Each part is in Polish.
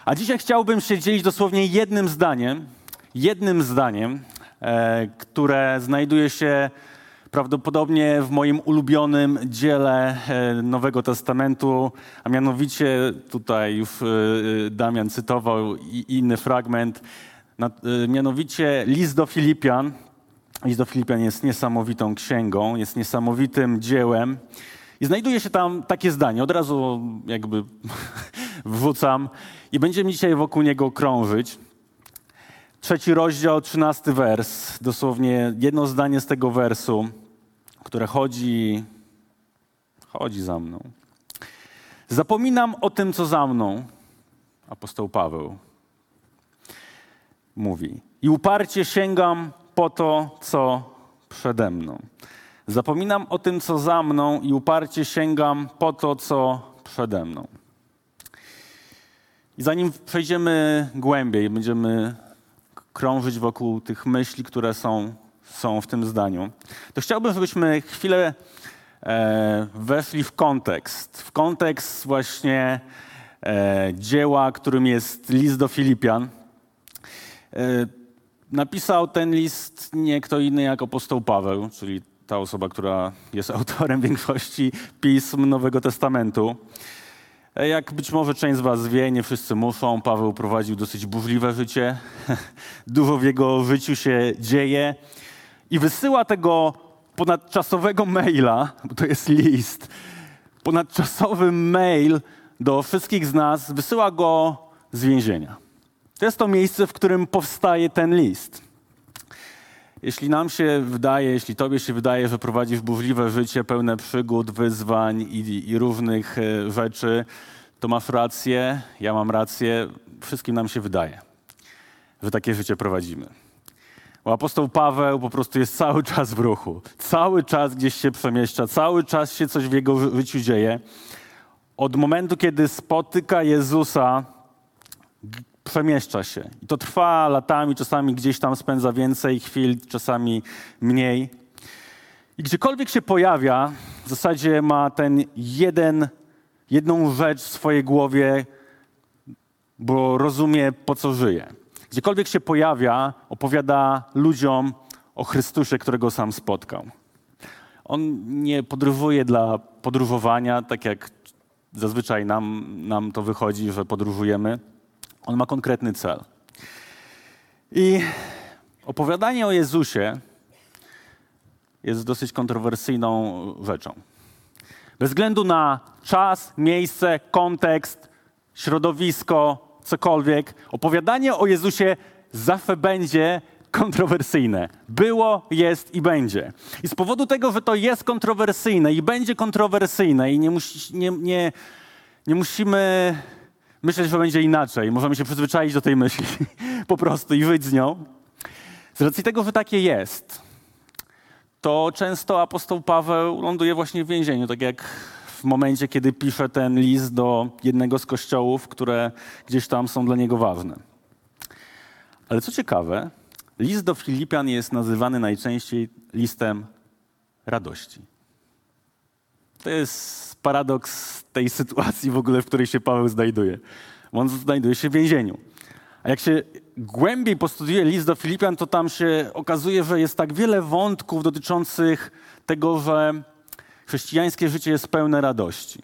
A dzisiaj chciałbym się dzielić dosłownie jednym zdaniem, które znajduje się prawdopodobnie w moim ulubionym dziele Nowego Testamentu, a mianowicie, tutaj już Damian cytował inny fragment, mianowicie list do Filipian. List do Filipian jest niesamowitą księgą, jest niesamowitym dziełem i znajduje się tam takie zdanie, od razu jakby wrzucam i będziemy dzisiaj wokół niego krążyć. 3 rozdział, 13 wers, dosłownie jedno zdanie z tego wersu, które chodzi za mną. Zapominam o tym, co za mną, apostoł Paweł mówi, i uparcie sięgam po to, co przede mną. Zapominam o tym, co za mną i uparcie sięgam po to, co przede mną. I zanim przejdziemy głębiej, będziemy krążyć wokół tych myśli, które są w tym zdaniu, to chciałbym, żebyśmy chwilę weszli w kontekst właśnie dzieła, którym jest list do Filipian. Napisał ten list nie kto inny jak apostoł Paweł, czyli ta osoba, która jest autorem większości pism Nowego Testamentu. Jak być może część z was wie, nie wszyscy muszą, Paweł prowadził dosyć burzliwe życie. Dużo w jego życiu się dzieje i wysyła tego ponadczasowego maila, bo to jest list, ponadczasowy mail do wszystkich z nas, wysyła go z więzienia. To jest to miejsce, w którym powstaje ten list. Jeśli nam się wydaje, jeśli tobie się wydaje, że prowadzisz burzliwe życie, pełne przygód, wyzwań i różnych rzeczy, to masz rację, ja mam rację, wszystkim nam się wydaje, że takie życie prowadzimy. Bo apostoł Paweł po prostu jest cały czas w ruchu, cały czas gdzieś się przemieszcza, cały czas się coś w jego życiu dzieje. Od momentu, kiedy spotyka Jezusa, przemieszcza się. I to trwa latami, czasami gdzieś tam spędza więcej chwil, czasami mniej. I gdziekolwiek się pojawia, w zasadzie ma ten jedną rzecz w swojej głowie, bo rozumie, po co żyje. Gdziekolwiek się pojawia, opowiada ludziom o Chrystusie, którego sam spotkał. On nie podróżuje dla podróżowania, tak jak zazwyczaj nam to wychodzi, że podróżujemy. On ma konkretny cel. I opowiadanie o Jezusie jest dosyć kontrowersyjną rzeczą. Bez względu na czas, miejsce, kontekst, środowisko, cokolwiek, opowiadanie o Jezusie zawsze będzie kontrowersyjne. Było, jest i będzie. I z powodu tego, że to jest kontrowersyjne i będzie kontrowersyjne i nie musimy myśleć, że będzie inaczej. Możemy się przyzwyczaić do tej myśli po prostu i żyć z nią. Z racji tego, że takie jest, to często apostoł Paweł ląduje właśnie w więzieniu, tak jak w momencie, kiedy pisze ten list do jednego z kościołów, które gdzieś tam są dla niego ważne. Ale co ciekawe, list do Filipian jest nazywany najczęściej listem radości. To jest paradoks tej sytuacji w ogóle, w której się Paweł znajduje. On znajduje się w więzieniu. A jak się głębiej postudiuje list do Filipian, to tam się okazuje, że jest tak wiele wątków dotyczących tego, że chrześcijańskie życie jest pełne radości.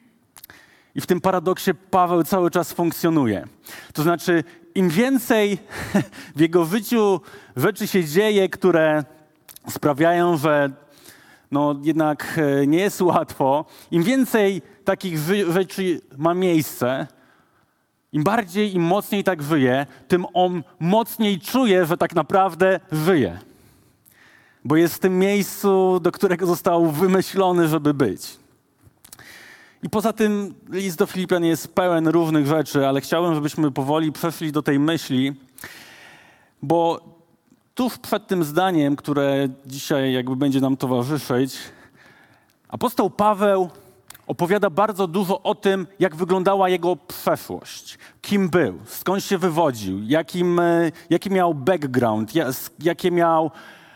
I w tym paradoksie Paweł cały czas funkcjonuje. To znaczy, im więcej w jego życiu rzeczy się dzieje, które sprawiają, że jednak nie jest łatwo, im więcej takich rzeczy ma miejsce, im bardziej, im mocniej tak żyje, tym on mocniej czuje, że tak naprawdę żyje. Bo jest w tym miejscu, do którego został wymyślony, żeby być. I poza tym list do Filipian jest pełen różnych rzeczy, ale chciałem, żebyśmy powoli przeszli do tej myśli, bo tuż przed tym zdaniem, które dzisiaj jakby będzie nam towarzyszyć, apostoł Paweł opowiada bardzo dużo o tym, jak wyglądała jego przeszłość, kim był, skąd się wywodził, jaki miał background, jakie miał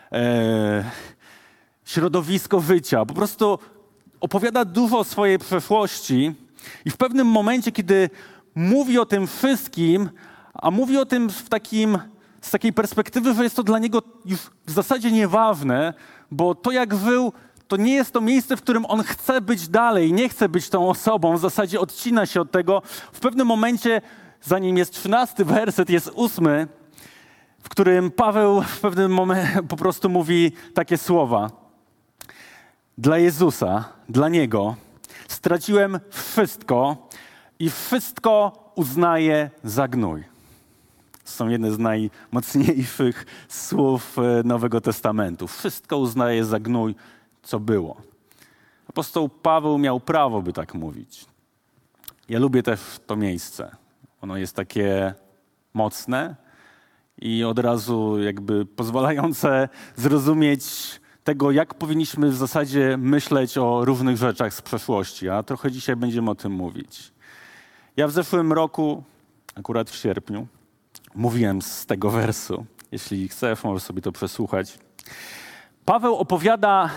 środowisko życia. Po prostu opowiada dużo o swojej przeszłości i w pewnym momencie, kiedy mówi o tym wszystkim, a mówi o tym z takiej perspektywy, że jest to dla niego już w zasadzie nieważne, bo to jak żył, to nie jest to miejsce, w którym on chce być dalej, nie chce być tą osobą, w zasadzie odcina się od tego. W pewnym momencie, zanim jest 13 werset, jest 8, w którym Paweł w pewnym momencie po prostu mówi takie słowa. Dla Jezusa, dla Niego straciłem wszystko i wszystko uznaję za gnój. Są jedne z najmocniejszych słów Nowego Testamentu. Wszystko uznaję za gnój, co było. Apostoł Paweł miał prawo, by tak mówić. Ja lubię też to miejsce. Ono jest takie mocne i od razu jakby pozwalające zrozumieć tego, jak powinniśmy w zasadzie myśleć o różnych rzeczach z przeszłości, a trochę dzisiaj będziemy o tym mówić. Ja w zeszłym roku, akurat w sierpniu, mówiłem z tego wersu. Jeśli chcesz, możesz sobie to przesłuchać. Paweł opowiada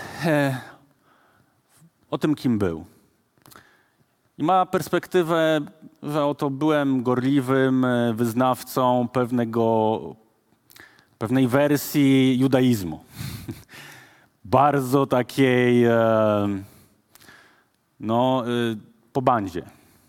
o tym, kim był. I ma perspektywę, że oto byłem gorliwym wyznawcą pewnej wersji judaizmu. Bardzo takiej, po bandzie.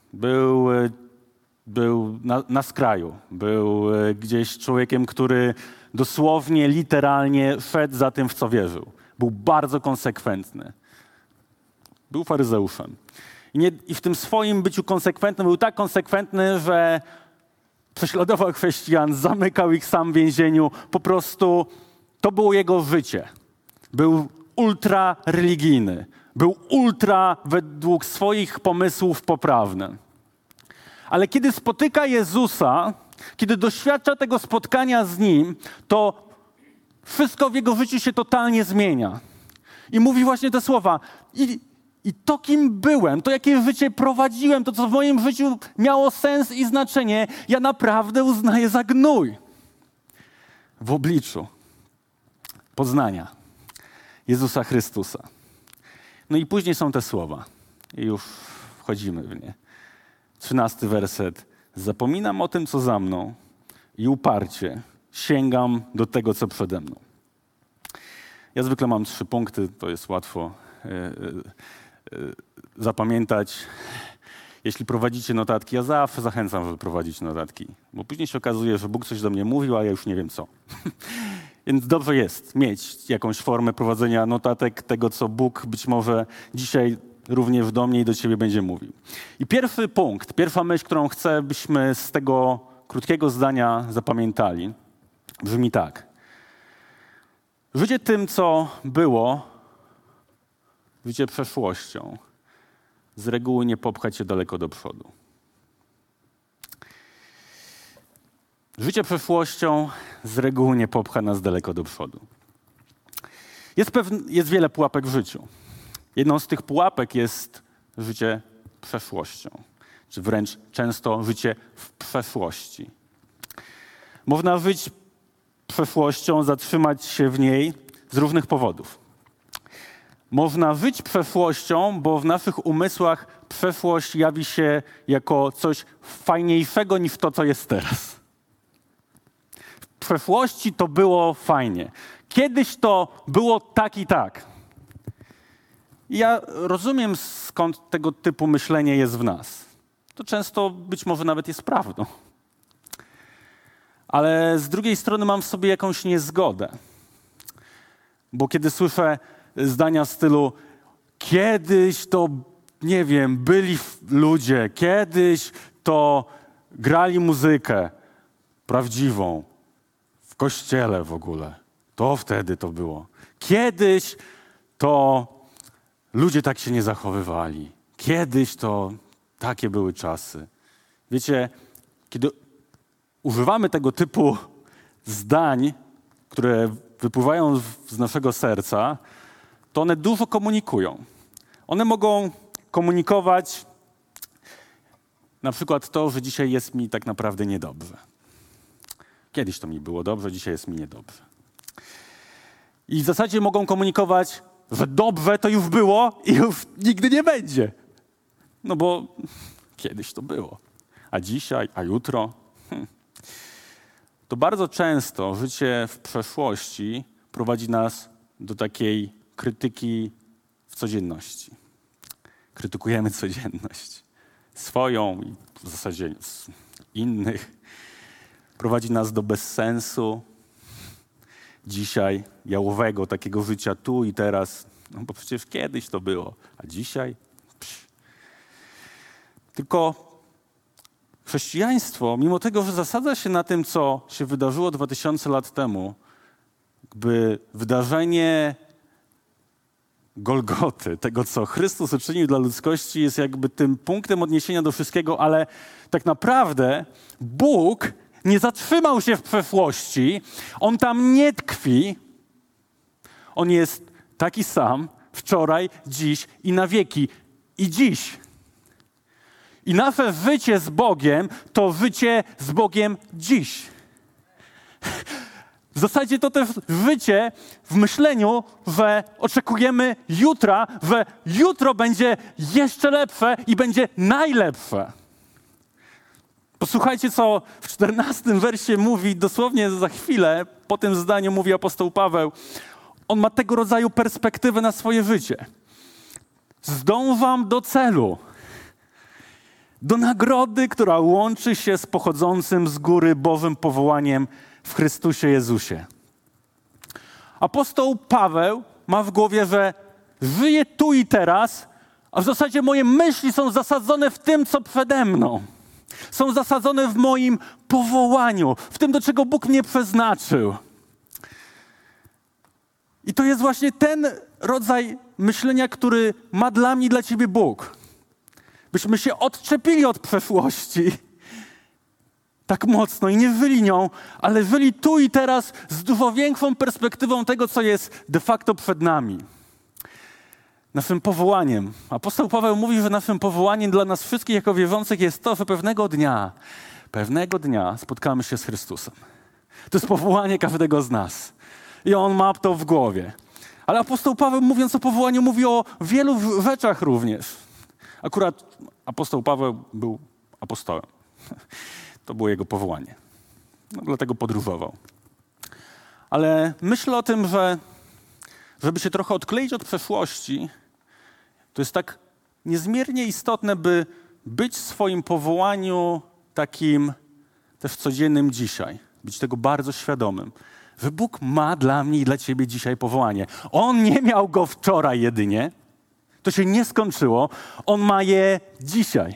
Był na skraju. Był gdzieś człowiekiem, który dosłownie, literalnie szedł za tym, w co wierzył. Był bardzo konsekwentny. Był faryzeuszem. I w tym swoim byciu konsekwentnym był tak konsekwentny, że prześladował chrześcijan, zamykał ich sam w więzieniu. Po prostu to było jego życie. Był ultra religijny. Był ultra według swoich pomysłów poprawny. Ale kiedy spotyka Jezusa, kiedy doświadcza tego spotkania z Nim, to wszystko w jego życiu się totalnie zmienia. I mówi właśnie te słowa. I to, kim byłem, to, jakie życie prowadziłem, to, co w moim życiu miało sens i znaczenie, ja naprawdę uznaję za gnój. W obliczu poznania Jezusa Chrystusa. No i później są te słowa. I już wchodzimy w nie. 13 werset. Zapominam o tym, co za mną i uparcie sięgam do tego, co przede mną. Ja zwykle mam 3 punkty, to jest łatwo zapamiętać. Jeśli prowadzicie notatki, ja zawsze zachęcam, żeby prowadzić notatki, bo później się okazuje, że Bóg coś do mnie mówił, a ja już nie wiem co. Więc dobrze jest mieć jakąś formę prowadzenia notatek tego, co Bóg być może dzisiaj również do mnie i do ciebie będzie mówił. I pierwszy punkt, pierwsza myśl, którą chcę, byśmy z tego krótkiego zdania zapamiętali, brzmi tak. Życie tym, co było, życie przeszłością, z reguły nie popcha cię daleko do przodu. Życie przeszłością z reguły nie popcha nas daleko do przodu. Jest wiele pułapek w życiu. Jedną z tych pułapek jest życie przeszłością, czy wręcz często życie w przeszłości. Można żyć przeszłością, zatrzymać się w niej z różnych powodów. Można żyć przeszłością, bo w naszych umysłach przeszłość jawi się jako coś fajniejszego niż to, co jest teraz. W przeszłości to było fajnie. Kiedyś to było tak i tak. I ja rozumiem, skąd tego typu myślenie jest w nas. To często być może nawet jest prawdą. Ale z drugiej strony mam w sobie jakąś niezgodę. Bo kiedy słyszę zdania w stylu kiedyś to, nie wiem, byli ludzie, kiedyś to grali muzykę prawdziwą, w kościele w ogóle. To wtedy to było. Kiedyś to ludzie tak się nie zachowywali. Kiedyś to takie były czasy. Wiecie, kiedy używamy tego typu zdań, które wypływają z naszego serca, to one dużo komunikują. One mogą komunikować na przykład to, że dzisiaj jest mi tak naprawdę niedobrze. Kiedyś to mi było dobrze, dzisiaj jest mi niedobrze. I w zasadzie mogą komunikować, że dobrze to już było i już nigdy nie będzie. No bo kiedyś to było. a dzisiaj, a jutro. To bardzo często życie w przeszłości prowadzi nas do takiej krytyki w codzienności. Krytykujemy codzienność. Swoją i w zasadzie innych. Prowadzi nas do bezsensu. Dzisiaj jałowego takiego życia tu i teraz. No bo przecież kiedyś to było, a dzisiaj? Tylko chrześcijaństwo, mimo tego, że zasadza się na tym, co się wydarzyło 2000 lat temu, jakby wydarzenie Golgoty, tego, co Chrystus uczynił dla ludzkości, jest jakby tym punktem odniesienia do wszystkiego, ale tak naprawdę Bóg nie zatrzymał się w przeszłości, On tam nie tkwi. On jest taki sam wczoraj, dziś i na wieki. I dziś. I nasze życie z Bogiem to życie z Bogiem dziś. W zasadzie to też życie w myśleniu, że oczekujemy jutra, że jutro będzie jeszcze lepsze i będzie najlepsze. Posłuchajcie, co w 14 wersie mówi, dosłownie za chwilę, po tym zdaniu mówi apostoł Paweł. On ma tego rodzaju perspektywę na swoje życie. Zdążam do celu. Do nagrody, która łączy się z pochodzącym z góry Bożym powołaniem w Chrystusie Jezusie. Apostoł Paweł ma w głowie, że żyję tu i teraz, a w zasadzie moje myśli są zasadzone w tym, co przede mną. Są zasadzone w moim powołaniu, w tym, do czego Bóg mnie przeznaczył. I to jest właśnie ten rodzaj myślenia, który ma dla mnie i dla ciebie Bóg. Byśmy się odczepili od przeszłości tak mocno i nie żyli nią, ale żyli tu i teraz z dużo większą perspektywą tego, co jest de facto przed nami. Naszym powołaniem. Apostoł Paweł mówi, że naszym powołaniem dla nas wszystkich jako wierzących jest to, że pewnego dnia spotkamy się z Chrystusem. To jest powołanie każdego z nas. I on ma to w głowie. Ale apostoł Paweł, mówiąc o powołaniu, mówi o wielu rzeczach również. Akurat apostoł Paweł był apostołem. To było jego powołanie. No, dlatego podróżował. Ale myślę o tym, że żeby się trochę odkleić od przeszłości, to jest tak niezmiernie istotne, by być w swoim powołaniu takim też codziennym dzisiaj. Być tego bardzo świadomym. Że Bóg ma dla mnie i dla ciebie dzisiaj powołanie. On nie miał go wczoraj jedynie. To się nie skończyło. On ma je dzisiaj.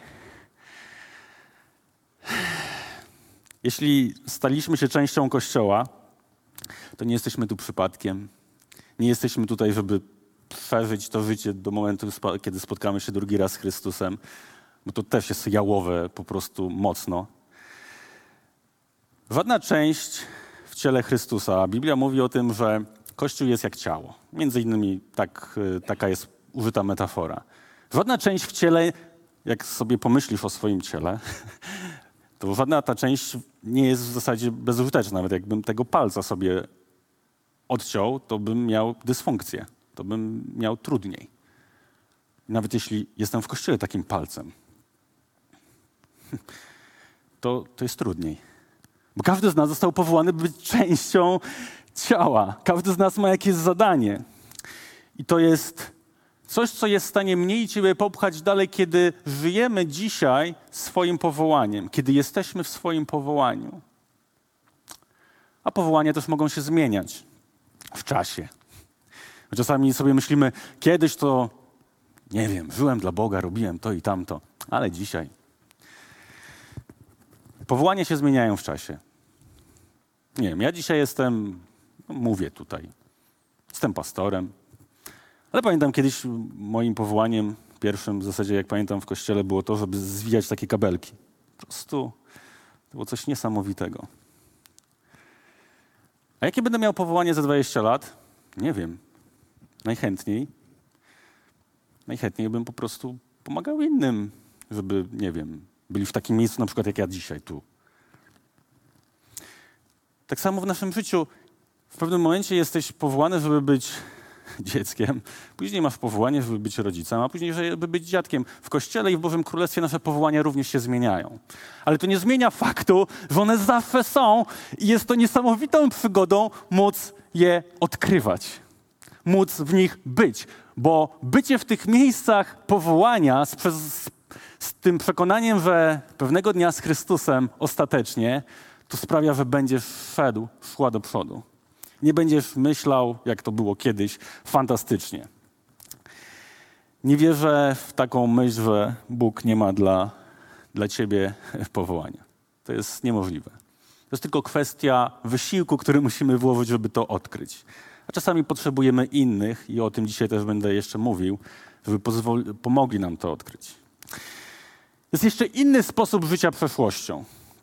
Jeśli staliśmy się częścią Kościoła, to nie jesteśmy tu przypadkiem. Nie jesteśmy tutaj, żeby przeżyć to życie do momentu, kiedy spotkamy się drugi raz z Chrystusem, bo to też jest jałowe po prostu mocno. Żadna część w ciele Chrystusa, Biblia mówi o tym, że Kościół jest jak ciało. Między innymi taka jest użyta metafora. Żadna część w ciele, jak sobie pomyślisz o swoim ciele, to żadna ta część nie jest w zasadzie bezużyteczna. Nawet jakbym tego palca sobie odciął, to bym miał dysfunkcję. To bym miał trudniej. Nawet jeśli jestem w kościele takim palcem, to jest trudniej. Bo każdy z nas został powołany, by być częścią ciała. Każdy z nas ma jakieś zadanie. I to jest coś, co jest w stanie mnie i ciebie popchać dalej, kiedy żyjemy dzisiaj swoim powołaniem, kiedy jesteśmy w swoim powołaniu. A powołania też mogą się zmieniać w czasie. Czasami sobie myślimy, kiedyś to, nie wiem, żyłem dla Boga, robiłem to i tamto, ale dzisiaj. Powołania się zmieniają w czasie. Nie wiem, ja dzisiaj mówię tutaj, jestem pastorem, ale pamiętam kiedyś moim powołaniem pierwszym, w zasadzie jak pamiętam w kościele, było to, żeby zwijać takie kabelki. Po prostu to było coś niesamowitego. A jakie będę miał powołanie za 20 lat? Nie wiem. Najchętniej bym po prostu pomagał innym, żeby, nie wiem, byli w takim miejscu na przykład jak ja dzisiaj tu. Tak samo w naszym życiu. W pewnym momencie jesteś powołany, żeby być dzieckiem, później masz powołanie, żeby być rodzicem, a później, żeby być dziadkiem. W Kościele i w Bożym Królestwie nasze powołania również się zmieniają. Ale to nie zmienia faktu, że one zawsze są i jest to niesamowitą przygodą móc je odkrywać, móc w nich być, bo bycie w tych miejscach powołania z tym przekonaniem, że pewnego dnia z Chrystusem ostatecznie, to sprawia, że będziesz szła do przodu. Nie będziesz myślał, jak to było kiedyś, fantastycznie. Nie wierzę w taką myśl, że Bóg nie ma dla ciebie powołania. To jest niemożliwe. To jest tylko kwestia wysiłku, który musimy włożyć, żeby to odkryć. A czasami potrzebujemy innych, i o tym dzisiaj też będę jeszcze mówił, żeby pomogli nam to odkryć. Jest jeszcze inny sposób życia przeszłością.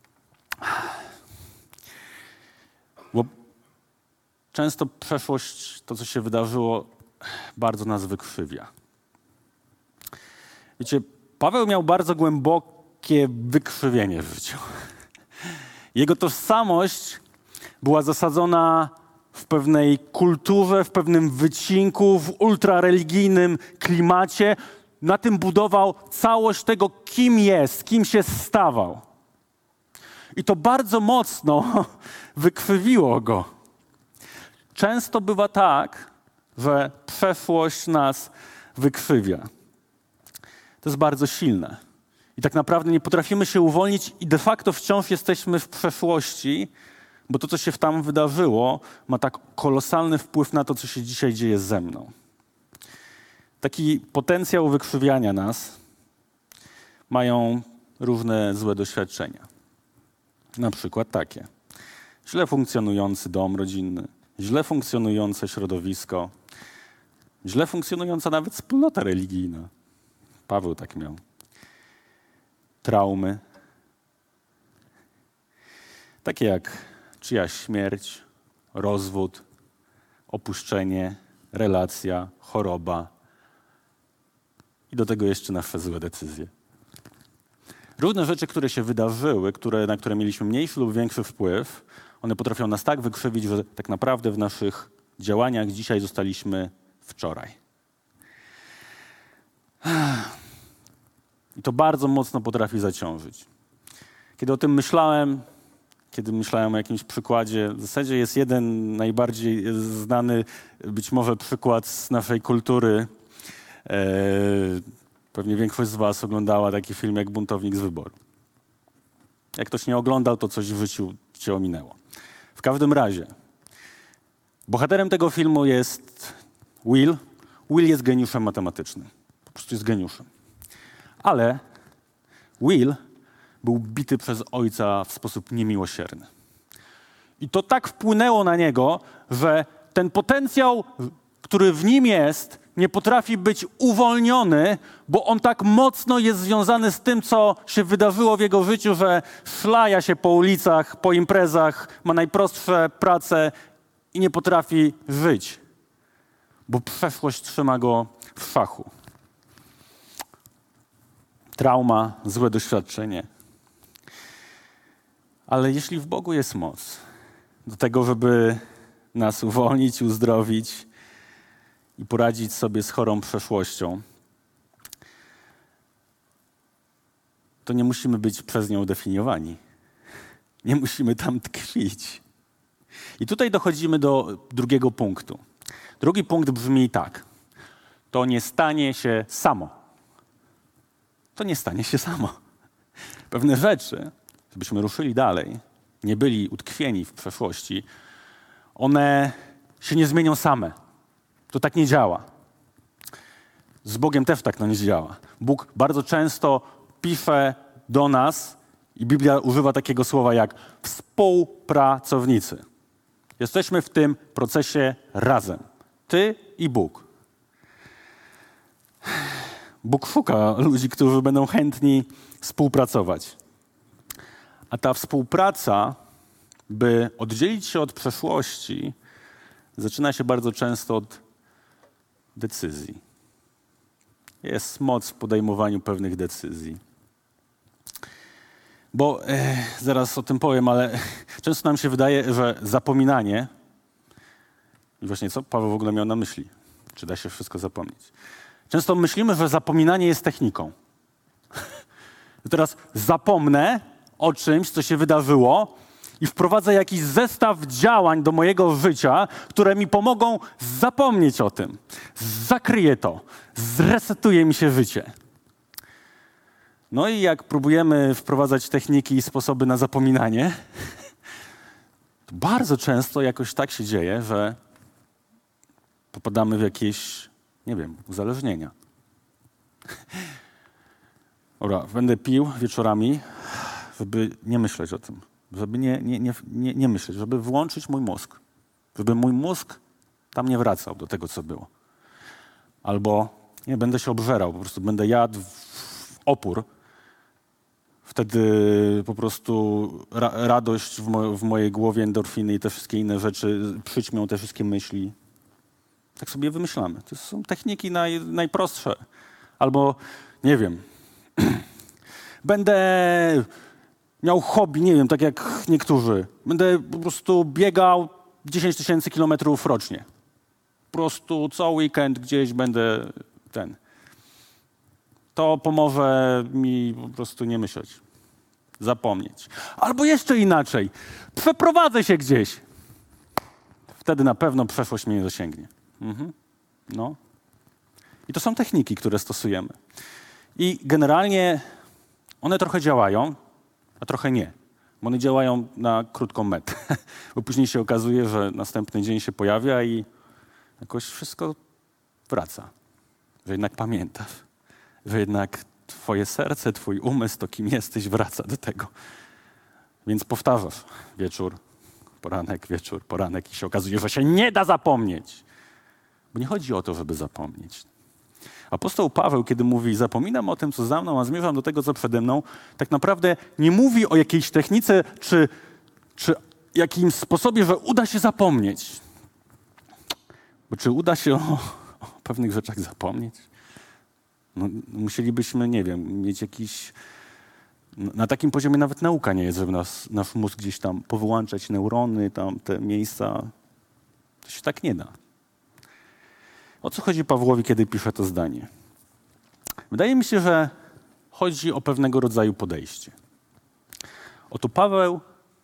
Bo często przeszłość, to co się wydarzyło, bardzo nas wykrzywia. Wiecie, Paweł miał bardzo głębokie wykrzywienie w życiu. Jego tożsamość była zasadzona w pewnej kulturze, w pewnym wycinku, w ultrareligijnym klimacie. Na tym budował całość tego, kim jest, kim się stawał. I to bardzo mocno wykrzywiło go. Często bywa tak, że przeszłość nas wykrzywia. To jest bardzo silne. I tak naprawdę nie potrafimy się uwolnić i de facto wciąż jesteśmy w przeszłości, bo to, co się tam wydarzyło, ma tak kolosalny wpływ na to, co się dzisiaj dzieje ze mną. Taki potencjał wykrzywiania nas mają różne złe doświadczenia. Na przykład takie. Źle funkcjonujący dom rodzinny, źle funkcjonujące środowisko, źle funkcjonująca nawet wspólnota religijna. Paweł tak miał. Traumy, takie jak czyjaś śmierć, rozwód, opuszczenie, relacja, choroba i do tego jeszcze nasze złe decyzje. Różne rzeczy, które się wydarzyły, na które mieliśmy mniejszy lub większy wpływ, one potrafią nas tak wykrzywić, że tak naprawdę w naszych działaniach dzisiaj zostaliśmy wczoraj. I to bardzo mocno potrafi zaciążyć. Kiedy o tym myślałem, o jakimś przykładzie, w zasadzie jest jeden najbardziej znany być może przykład z naszej kultury. Pewnie większość z was oglądała taki film jak Buntownik z wyboru. Jak ktoś nie oglądał, to coś w życiu cię ominęło. W każdym razie, bohaterem tego filmu jest Will. Will jest geniuszem matematycznym. Po prostu jest geniuszem. Ale Will był bity przez ojca w sposób niemiłosierny. I to tak wpłynęło na niego, że ten potencjał, który w nim jest, nie potrafi być uwolniony, bo on tak mocno jest związany z tym, co się wydarzyło w jego życiu, że szlaja się po ulicach, po imprezach, ma najprostsze prace i nie potrafi żyć, bo przeszłość trzyma go w szachu. Trauma, złe doświadczenie. Ale jeśli w Bogu jest moc do tego, żeby nas uwolnić, uzdrowić i poradzić sobie z chorą przeszłością, to nie musimy być przez nią definiowani. Nie musimy tam tkwić. I tutaj dochodzimy do drugiego punktu. Drugi punkt brzmi tak. To nie stanie się samo. To nie stanie się samo. Pewne rzeczy, żebyśmy ruszyli dalej, nie byli utkwieni w przeszłości, one się nie zmienią same. To tak nie działa. Z Bogiem też tak nie działa. Bóg bardzo często pisze do nas i Biblia używa takiego słowa jak współpracownicy. Jesteśmy w tym procesie razem. Ty i Bóg. Bóg szuka ludzi, którzy będą chętni współpracować. A ta współpraca, by oddzielić się od przeszłości, zaczyna się bardzo często od decyzji. Jest moc w podejmowaniu pewnych decyzji. Bo, zaraz o tym powiem, ale często nam się wydaje, że zapominanie, i właśnie co Paweł w ogóle miał na myśli? Czy da się wszystko zapomnieć? Często myślimy, że zapominanie jest techniką. Teraz zapomnę o czymś, co się wydarzyło i wprowadzę jakiś zestaw działań do mojego życia, które mi pomogą zapomnieć o tym. Zakryję to. Zresetuje mi się życie. No i jak próbujemy wprowadzać techniki i sposoby na zapominanie, to bardzo często jakoś tak się dzieje, że popadamy w jakieś, nie wiem, uzależnienia. Dobra, będę pił wieczorami, żeby nie myśleć o tym, żeby nie myśleć, żeby włączyć mój mózg, żeby mój mózg tam nie wracał do tego, co było. Albo nie, będę się obżerał, po prostu będę jadł w opór. Wtedy po prostu radość w mojej głowie, endorfiny i te wszystkie inne rzeczy przyćmią te wszystkie myśli. Tak sobie wymyślamy. To są techniki najprostsze. Albo, nie wiem, będę miał hobby, nie wiem, tak jak niektórzy. Będę po prostu biegał 10 000 kilometrów rocznie. Po prostu co weekend gdzieś będę To pomoże mi po prostu nie myśleć. Zapomnieć. Albo jeszcze inaczej. Przeprowadzę się gdzieś. Wtedy na pewno przeszłość mnie nie dosięgnie. No. I to są techniki, które stosujemy. I generalnie one trochę działają, a trochę nie. Bo one działają na krótką metę. Bo później się okazuje, że następny dzień się pojawia i jakoś wszystko wraca. Że jednak pamiętasz. Że jednak twoje serce, twój umysł, to kim jesteś, wraca do tego. Więc powtarzasz wieczór, poranek i się okazuje, że się nie da zapomnieć. Bo nie chodzi o to, żeby zapomnieć. Apostoł Paweł, kiedy mówi, zapominam o tym, co za mną, a zmierzam do tego, co przede mną, tak naprawdę nie mówi o jakiejś technice czy jakimś sposobie, że uda się zapomnieć. Bo czy uda się o pewnych rzeczach zapomnieć? No, musielibyśmy, nie wiem, mieć jakiś... Na takim poziomie nawet nauka nie jest, żeby nasz mózg gdzieś tam powyłączać neurony, tam te miejsca. To się tak nie da. O co chodzi Pawłowi, kiedy pisze to zdanie? Wydaje mi się, że chodzi o pewnego rodzaju podejście. Oto Paweł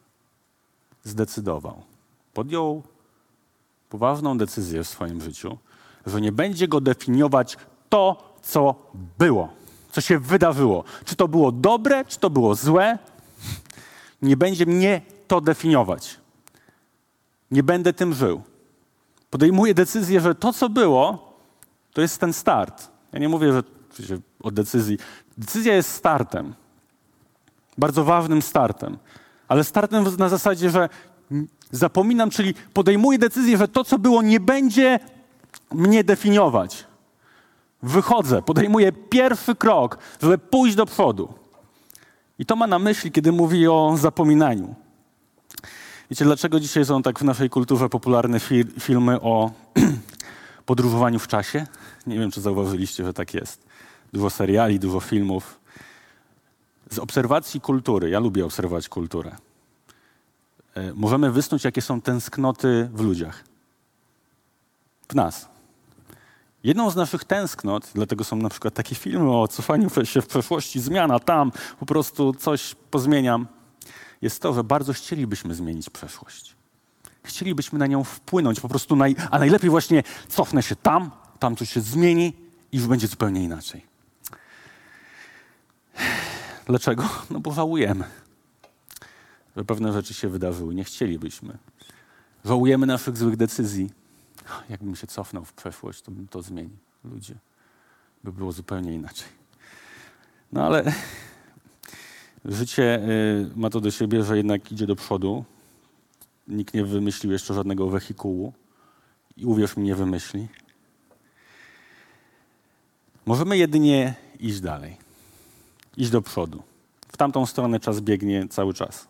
zdecydował, podjął poważną decyzję w swoim życiu, że nie będzie go definiować to, co było, co się wydarzyło. Czy to było dobre, czy to było złe, nie będzie mnie to definiować. Nie będę tym żył. Podejmuję decyzję, że to, co było, to jest ten start. Ja nie mówię o decyzji. Decyzja jest startem. Bardzo ważnym startem. Ale startem na zasadzie, że zapominam, czyli podejmuję decyzję, że to, co było, nie będzie mnie definiować. Wychodzę, podejmuję pierwszy krok, żeby pójść do przodu. I to ma na myśli, kiedy mówi o zapominaniu. Wiecie, dlaczego dzisiaj są tak w naszej kulturze popularne filmy o podróżowaniu w czasie? Nie wiem, czy zauważyliście, że tak jest. Dużo seriali, dużo filmów. Z obserwacji kultury, ja lubię obserwować kulturę, możemy wysnuć, jakie są tęsknoty w ludziach. W nas. Jedną z naszych tęsknot, dlatego są na przykład takie filmy o cofaniu się w przeszłości, zmiana tam, po prostu coś pozmieniam, jest to, że bardzo chcielibyśmy zmienić przeszłość. Chcielibyśmy na nią wpłynąć, po prostu a najlepiej właśnie cofnę się tam coś się zmieni i już będzie zupełnie inaczej. Dlaczego? No bo żałujemy, że pewne rzeczy się wydarzyły. Nie chcielibyśmy. Żałujemy naszych złych decyzji. Jakbym się cofnął w przeszłość, to bym to zmienił. Ludzie, by było zupełnie inaczej. No ale życie ma to do siebie, że jednak idzie do przodu. Nikt nie wymyślił jeszcze żadnego wehikułu. I uwierz mi, nie wymyśli. Możemy jedynie iść dalej. Iść do przodu. W tamtą stronę czas biegnie cały czas.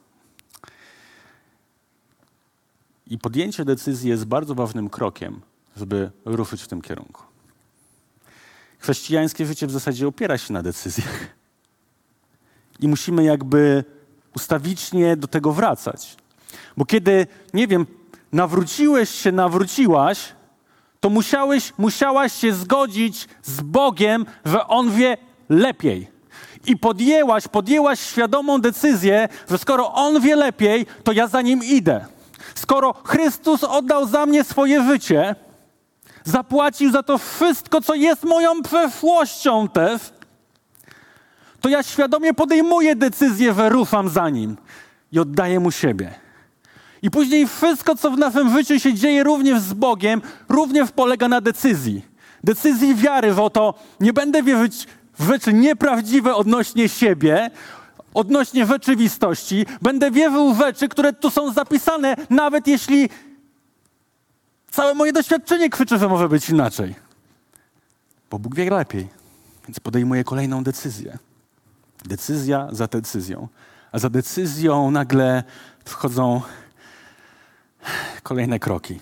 I podjęcie decyzji jest bardzo ważnym krokiem, żeby ruszyć w tym kierunku. Chrześcijańskie życie w zasadzie opiera się na decyzjach. I musimy jakby ustawicznie do tego wracać. Bo kiedy, nie wiem, nawróciłaś, to musiałaś się zgodzić z Bogiem, że On wie lepiej. I podjęłaś świadomą decyzję, że skoro On wie lepiej, to ja za Nim idę. Skoro Chrystus oddał za mnie swoje życie, zapłacił za to wszystko, co jest moją przeszłością też, to ja świadomie podejmuję decyzję, że ruszam za Nim i oddaję Mu siebie. I później wszystko, co w naszym życiu się dzieje również z Bogiem, również polega na decyzji. Decyzji wiary, że oto nie będę wierzyć w rzeczy nieprawdziwe odnośnie siebie, odnośnie rzeczywistości. Będę wierzył w rzeczy, które tu są zapisane, nawet jeśli całe moje doświadczenie krzyczy, że może być inaczej. Bo Bóg wie lepiej, więc podejmuję kolejną decyzję. Decyzja za decyzją. A za decyzją nagle wchodzą kolejne kroki.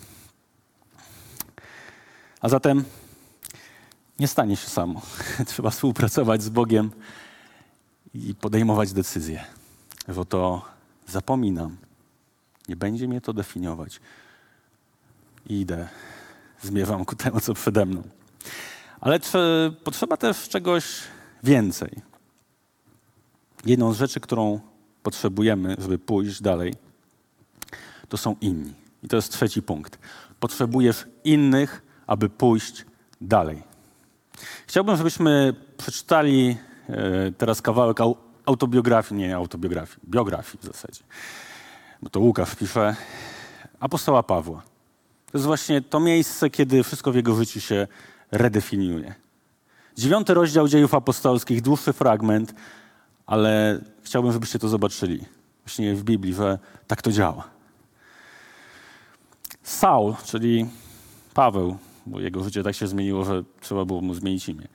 A zatem nie stanie się samo. Trzeba współpracować z Bogiem i podejmować decyzje. Że to zapominam. Nie będzie mnie to definiować. I idę. Zmierzam ku temu, co przede mną. Ale potrzeba też czegoś więcej. Jedną z rzeczy, którą potrzebujemy, żeby pójść dalej, to są inni. I to jest trzeci punkt. Potrzebujesz innych, aby pójść dalej. Chciałbym, żebyśmy przeczytali teraz kawałek biografii w zasadzie. Bo to Łukasz pisze, apostoła Pawła. To jest właśnie to miejsce, kiedy wszystko w jego życiu się redefiniuje. 9 rozdział Dziejów Apostolskich, dłuższy fragment, ale chciałbym, żebyście to zobaczyli. Właśnie w Biblii, że tak to działa. Saul, czyli Paweł, bo jego życie tak się zmieniło, że trzeba było mu zmienić imię.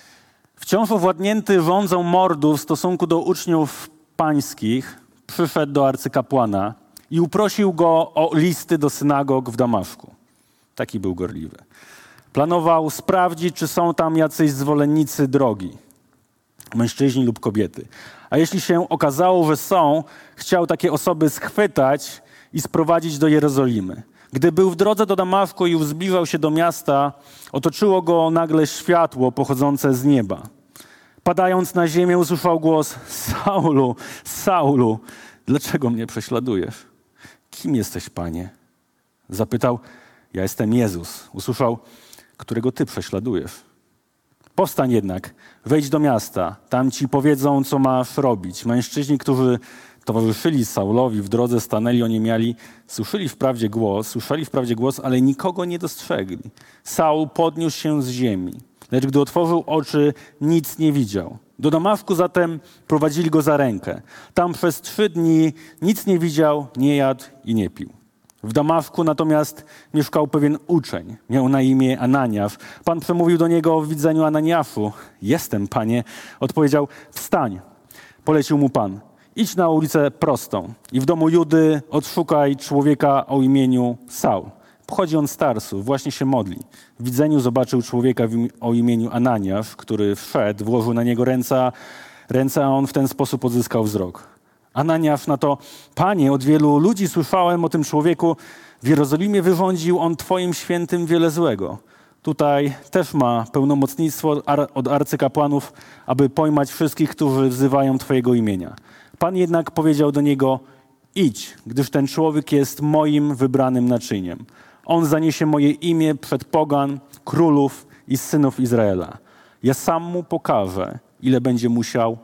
Wciąż owładnięty rządzą mordu w stosunku do uczniów pańskich, przyszedł do arcykapłana i uprosił go o listy do synagog w Damaszku. Taki był gorliwy. Planował sprawdzić, czy są tam jacyś zwolennicy drogi, mężczyźni lub kobiety. A jeśli się okazało, że są, chciał takie osoby schwytać i sprowadzić do Jerozolimy. Gdy był w drodze do Damaszku i zbliżał się do miasta, otoczyło go nagle światło pochodzące z nieba. Padając na ziemię, usłyszał głos: Saulu, Saulu, dlaczego mnie prześladujesz? Kim jesteś, Panie? Zapytał: ja jestem Jezus. Usłyszał: którego ty prześladujesz? Powstań jednak, wejdź do miasta, tam ci powiedzą, co masz robić. Mężczyźni, którzy towarzyszyli Saulowi w drodze, stanęli oniemiali, słyszeli wprawdzie głos, ale nikogo nie dostrzegli. Saul podniósł się z ziemi, lecz gdy otworzył oczy, nic nie widział. Do Damaszku zatem prowadzili go za rękę. Tam przez 3 dni nic nie widział, nie jadł i nie pił. W Damaszku natomiast mieszkał pewien uczeń, miał na imię Ananiasz. Pan przemówił do niego w widzeniu Ananiaszu. Jestem, Panie. Odpowiedział: wstań. Polecił mu Pan: idź na ulicę prostą i w domu Judy odszukaj człowieka o imieniu Saul. Pochodzi on z Tarsu, właśnie się modli. W widzeniu zobaczył człowieka o imieniu Ananiasz, który wszedł, włożył na niego ręce, a on w ten sposób odzyskał wzrok. Ananiasz na to: Panie, od wielu ludzi słyszałem o tym człowieku. W Jerozolimie wyrządził on Twoim świętym wiele złego. Tutaj też ma pełnomocnictwo od arcykapłanów, aby pojmać wszystkich, którzy wzywają Twojego imienia. Pan jednak powiedział do niego: idź, gdyż ten człowiek jest moim wybranym naczyniem. On zaniesie moje imię przed pogan, królów i synów Izraela. Ja sam mu pokażę, ile będzie musiał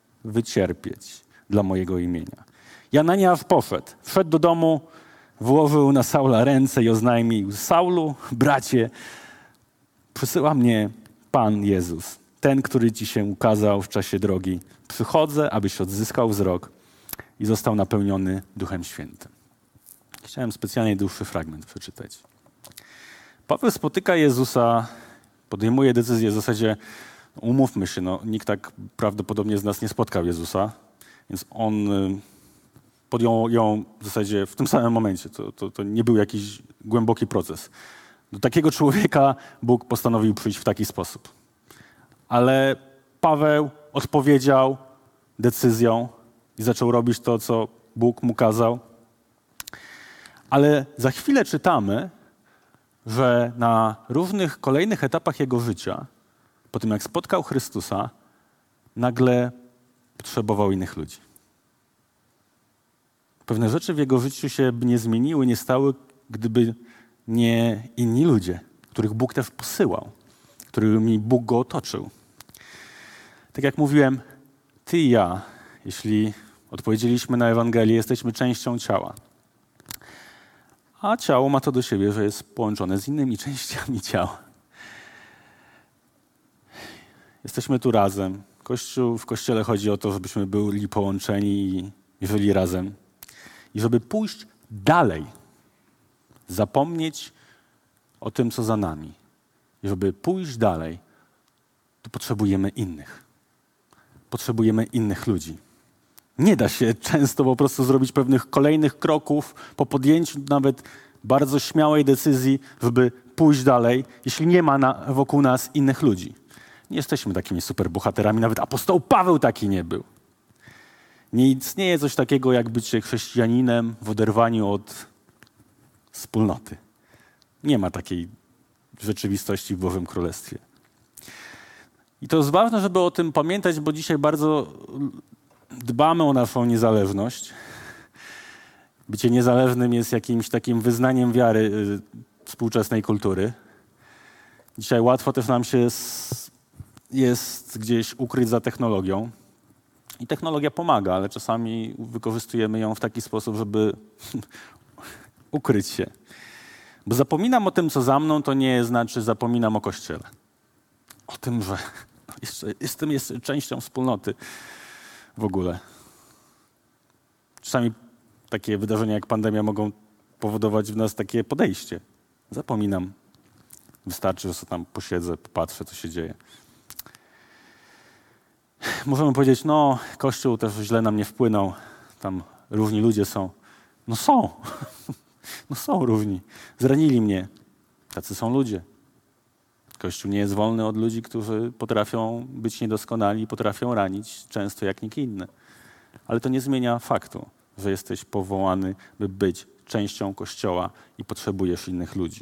wycierpieć dla mojego imienia. I Ananiasz poszedł, wszedł do domu, włożył na Saula ręce i oznajmił: Saulu, bracie, przysyła mnie Pan Jezus, ten, który ci się ukazał w czasie drogi. Przychodzę, abyś odzyskał wzrok i został napełniony Duchem Świętym. Chciałem specjalnie dłuższy fragment przeczytać. Paweł spotyka Jezusa, podejmuje decyzję w zasadzie, umówmy się, nikt tak prawdopodobnie z nas nie spotkał Jezusa, więc on podjął ją w zasadzie w tym samym momencie. To nie był jakiś głęboki proces. Do takiego człowieka Bóg postanowił przyjść w taki sposób. Ale Paweł odpowiedział decyzją i zaczął robić to, co Bóg mu kazał. Ale za chwilę czytamy, że na różnych kolejnych etapach jego życia, po tym jak spotkał Chrystusa, nagle potrzebował innych ludzi. Pewne rzeczy w jego życiu się by nie zmieniły, nie stały, gdyby nie inni ludzie, których Bóg też posyłał, którymi Bóg go otoczył. Tak jak mówiłem, ty i ja, jeśli odpowiedzieliśmy na Ewangelię, jesteśmy częścią ciała. A ciało ma to do siebie, że jest połączone z innymi częściami ciała. Jesteśmy tu razem. W Kościele chodzi o to, żebyśmy byli połączeni i żyli razem. I żeby pójść dalej, zapomnieć o tym, co za nami. I żeby pójść dalej, to potrzebujemy innych. Potrzebujemy innych ludzi. Nie da się często po prostu zrobić pewnych kolejnych kroków po podjęciu nawet bardzo śmiałej decyzji, żeby pójść dalej, jeśli nie ma wokół nas innych ludzi. Nie jesteśmy takimi superbohaterami, nawet apostoł Paweł taki nie był. Nie istnieje coś takiego jak bycie chrześcijaninem w oderwaniu od wspólnoty. Nie ma takiej rzeczywistości w Bożym Królestwie. I to jest ważne, żeby o tym pamiętać, bo dzisiaj bardzo dbamy o naszą niezależność. Bycie niezależnym jest jakimś takim wyznaniem wiary współczesnej kultury. Dzisiaj łatwo też nam się jest gdzieś ukryć za technologią. I technologia pomaga, ale czasami wykorzystujemy ją w taki sposób, żeby ukryć się. Bo zapominam o tym, co za mną, to nie znaczy zapominam o Kościele. O tym, że jestem częścią wspólnoty w ogóle. Czasami takie wydarzenia jak pandemia mogą powodować w nas takie podejście. Zapominam. Wystarczy, że sobie tam posiedzę, popatrzę, co się dzieje. Możemy powiedzieć, no Kościół też źle na mnie wpłynął, tam różni ludzie są. No są. No są różni. Zranili mnie. Tacy są ludzie. Kościół nie jest wolny od ludzi, którzy potrafią być niedoskonali, potrafią ranić, często jak nikt inny. Ale to nie zmienia faktu, że jesteś powołany, by być częścią Kościoła i potrzebujesz innych ludzi.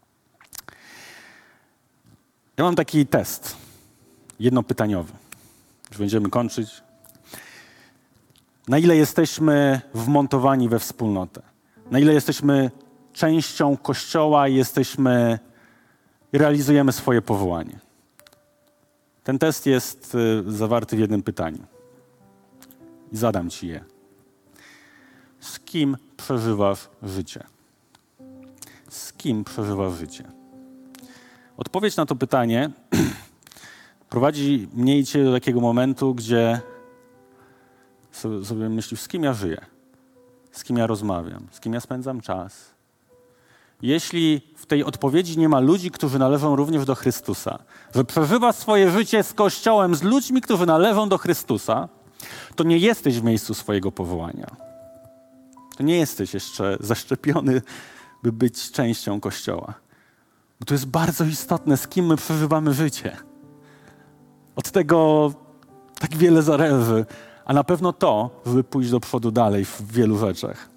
Ja mam taki test, jednopytaniowy. Już będziemy kończyć. Na ile jesteśmy wmontowani we wspólnotę? Na ile jesteśmy częścią Kościoła i realizujemy swoje powołanie? Ten test jest zawarty w jednym pytaniu. I zadam ci je. Z kim przeżywasz życie? Z kim przeżywasz życie? Odpowiedź na to pytanie prowadzi mnie i cię do takiego momentu, gdzie sobie myślisz, z kim ja żyję, z kim ja rozmawiam, z kim ja spędzam czas. Jeśli w tej odpowiedzi nie ma ludzi, którzy należą również do Chrystusa, że przeżywasz swoje życie z Kościołem, z ludźmi, którzy należą do Chrystusa, to nie jesteś w miejscu swojego powołania. To nie jesteś jeszcze zaszczepiony, by być częścią Kościoła. Bo to jest bardzo istotne, z kim my przeżywamy życie. Od tego tak wiele zależy, a na pewno to, żeby pójść do przodu dalej w wielu rzeczach.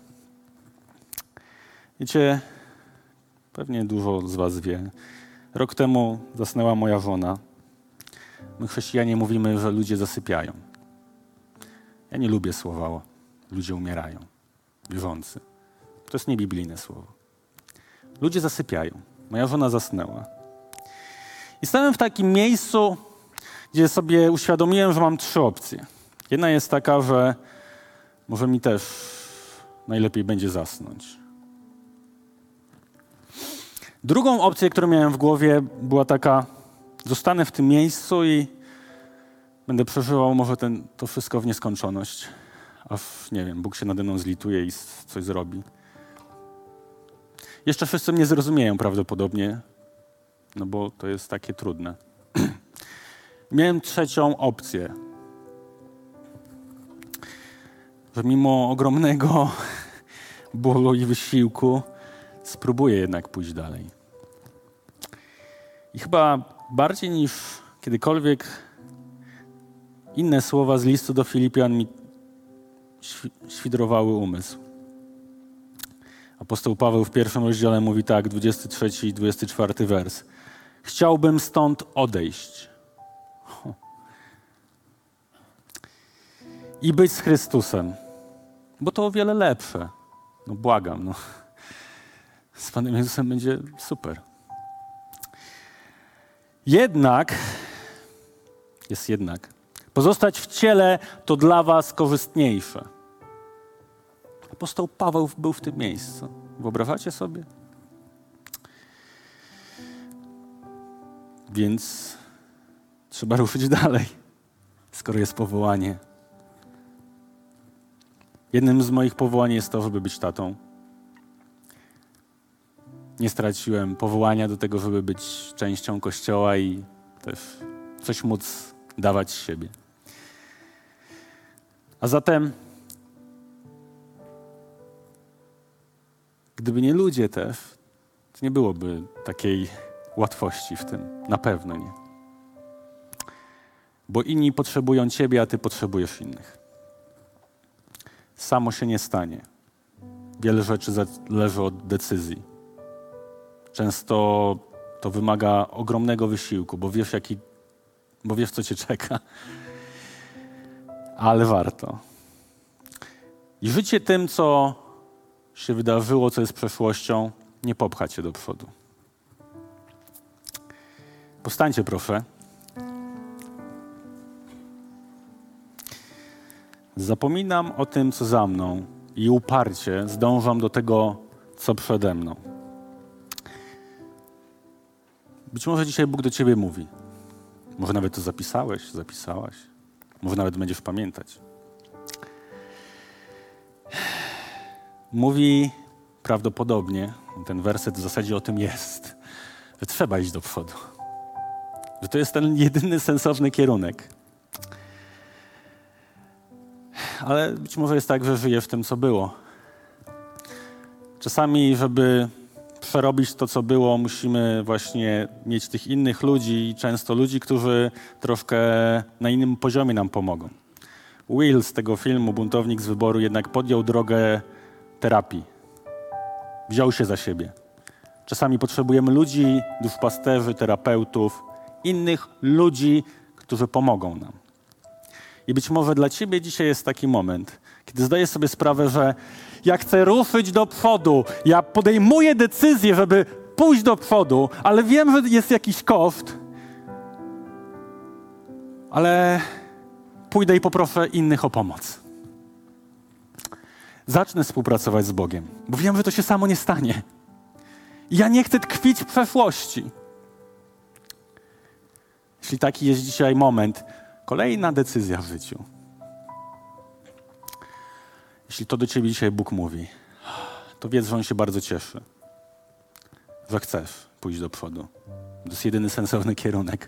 Wiecie, pewnie dużo z was wie. Rok temu zasnęła moja żona. My chrześcijanie mówimy, że ludzie zasypiają. Ja nie lubię słowa ludzie umierają, wierzący. To jest niebiblijne słowo. Ludzie zasypiają. Moja żona zasnęła. I stałem w takim miejscu, gdzie sobie uświadomiłem, że mam 3 opcje. Jedna jest taka, że może mi też najlepiej będzie zasnąć. Drugą opcję, którą miałem w głowie, była taka, zostanę w tym miejscu i będę przeżywał może to wszystko w nieskończoność. Aż, nie wiem, Bóg się nade mną zlituje i coś zrobi. Jeszcze wszyscy mnie zrozumieją prawdopodobnie, no bo to jest takie trudne. Miałem 3. opcję, że mimo ogromnego bólu i wysiłku spróbuję jednak pójść dalej. I chyba bardziej niż kiedykolwiek inne słowa z listu do Filipian mi świdrowały umysł. Apostoł Paweł w 1 rozdziale mówi tak, 23 i 24 wers. Chciałbym stąd odejść i być z Chrystusem, bo to o wiele lepsze. No błagam, no. Z Panem Jezusem będzie super. Jednak, pozostać w ciele to dla was korzystniejsze. Apostoł Paweł był w tym miejscu. Wyobrażacie sobie? Więc trzeba ruszyć dalej, skoro jest powołanie. Jednym z moich powołań jest to, żeby być tatą. Nie straciłem powołania do tego, żeby być częścią Kościoła i też coś móc dawać z siebie. A zatem, gdyby nie ludzie też, to nie byłoby takiej łatwości w tym. Na pewno nie. Bo inni potrzebują ciebie, a ty potrzebujesz innych. Samo się nie stanie. Wiele rzeczy zależy od decyzji. Często to wymaga ogromnego wysiłku, bo wiesz, co cię czeka. Ale warto. I życie tym, co się wydarzyło, co jest przeszłością, nie popcha cię do przodu. Powstańcie, proszę. Zapominam o tym, co za mną i uparcie zdążam do tego, co przede mną. Być może dzisiaj Bóg do ciebie mówi. Może nawet to zapisałaś. Może nawet będziesz pamiętać. Mówi prawdopodobnie, ten werset w zasadzie o tym jest, że trzeba iść do przodu. Że to jest ten jedyny sensowny kierunek. Ale być może jest tak, że żyjesz w tym, co było. Czasami, żeby przerobić to, co było, musimy właśnie mieć tych innych ludzi i często ludzi, którzy troszkę na innym poziomie nam pomogą. Will z tego filmu Buntownik z wyboru jednak podjął drogę terapii. Wziął się za siebie. Czasami potrzebujemy ludzi, duszpasterzy, terapeutów, innych ludzi, którzy pomogą nam. I być może dla ciebie dzisiaj jest taki moment, kiedy zdajesz sobie sprawę, że ja chcę ruszyć do przodu, ja podejmuję decyzję, żeby pójść do przodu, ale wiem, że jest jakiś koszt, ale pójdę i poproszę innych o pomoc. Zacznę współpracować z Bogiem, bo wiem, że to się samo nie stanie. I ja nie chcę tkwić w przeszłości. Jeśli taki jest dzisiaj moment, kolejna decyzja w życiu. Jeśli to do ciebie dzisiaj Bóg mówi, to wiedz, że On się bardzo cieszy, że chcesz pójść do przodu. To jest jedyny sensowny kierunek.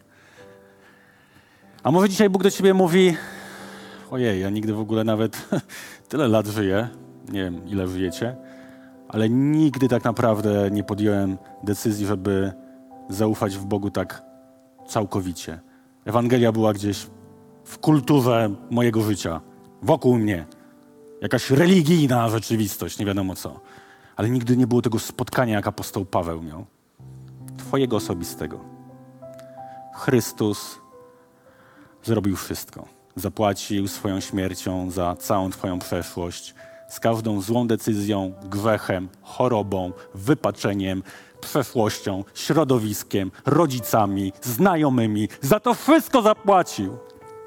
A może dzisiaj Bóg do ciebie mówi, ojej, ja nigdy w ogóle nawet tyle lat żyję, nie wiem, ile żyjecie, ale nigdy tak naprawdę nie podjąłem decyzji, żeby zaufać w Bogu tak całkowicie. Ewangelia była gdzieś w kulturze mojego życia, wokół mnie. Jakaś religijna rzeczywistość, nie wiadomo co. Ale nigdy nie było tego spotkania, jak apostoł Paweł miał. Twojego osobistego. Chrystus zrobił wszystko. Zapłacił swoją śmiercią za całą twoją przeszłość. Z każdą złą decyzją, grzechem, chorobą, wypaczeniem, przeszłością, środowiskiem, rodzicami, znajomymi. Za to wszystko zapłacił.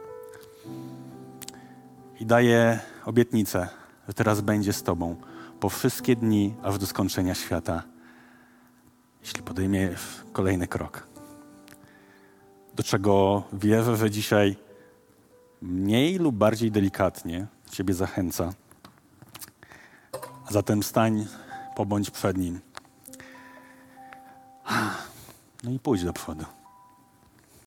I daje obietnicę, że teraz będzie z tobą po wszystkie dni, aż do skończenia świata, jeśli podejmiesz kolejny krok. Do czego wierzę, że dzisiaj mniej lub bardziej delikatnie ciebie zachęca. A zatem stań, pobądź przed Nim. No i pójdź do przodu.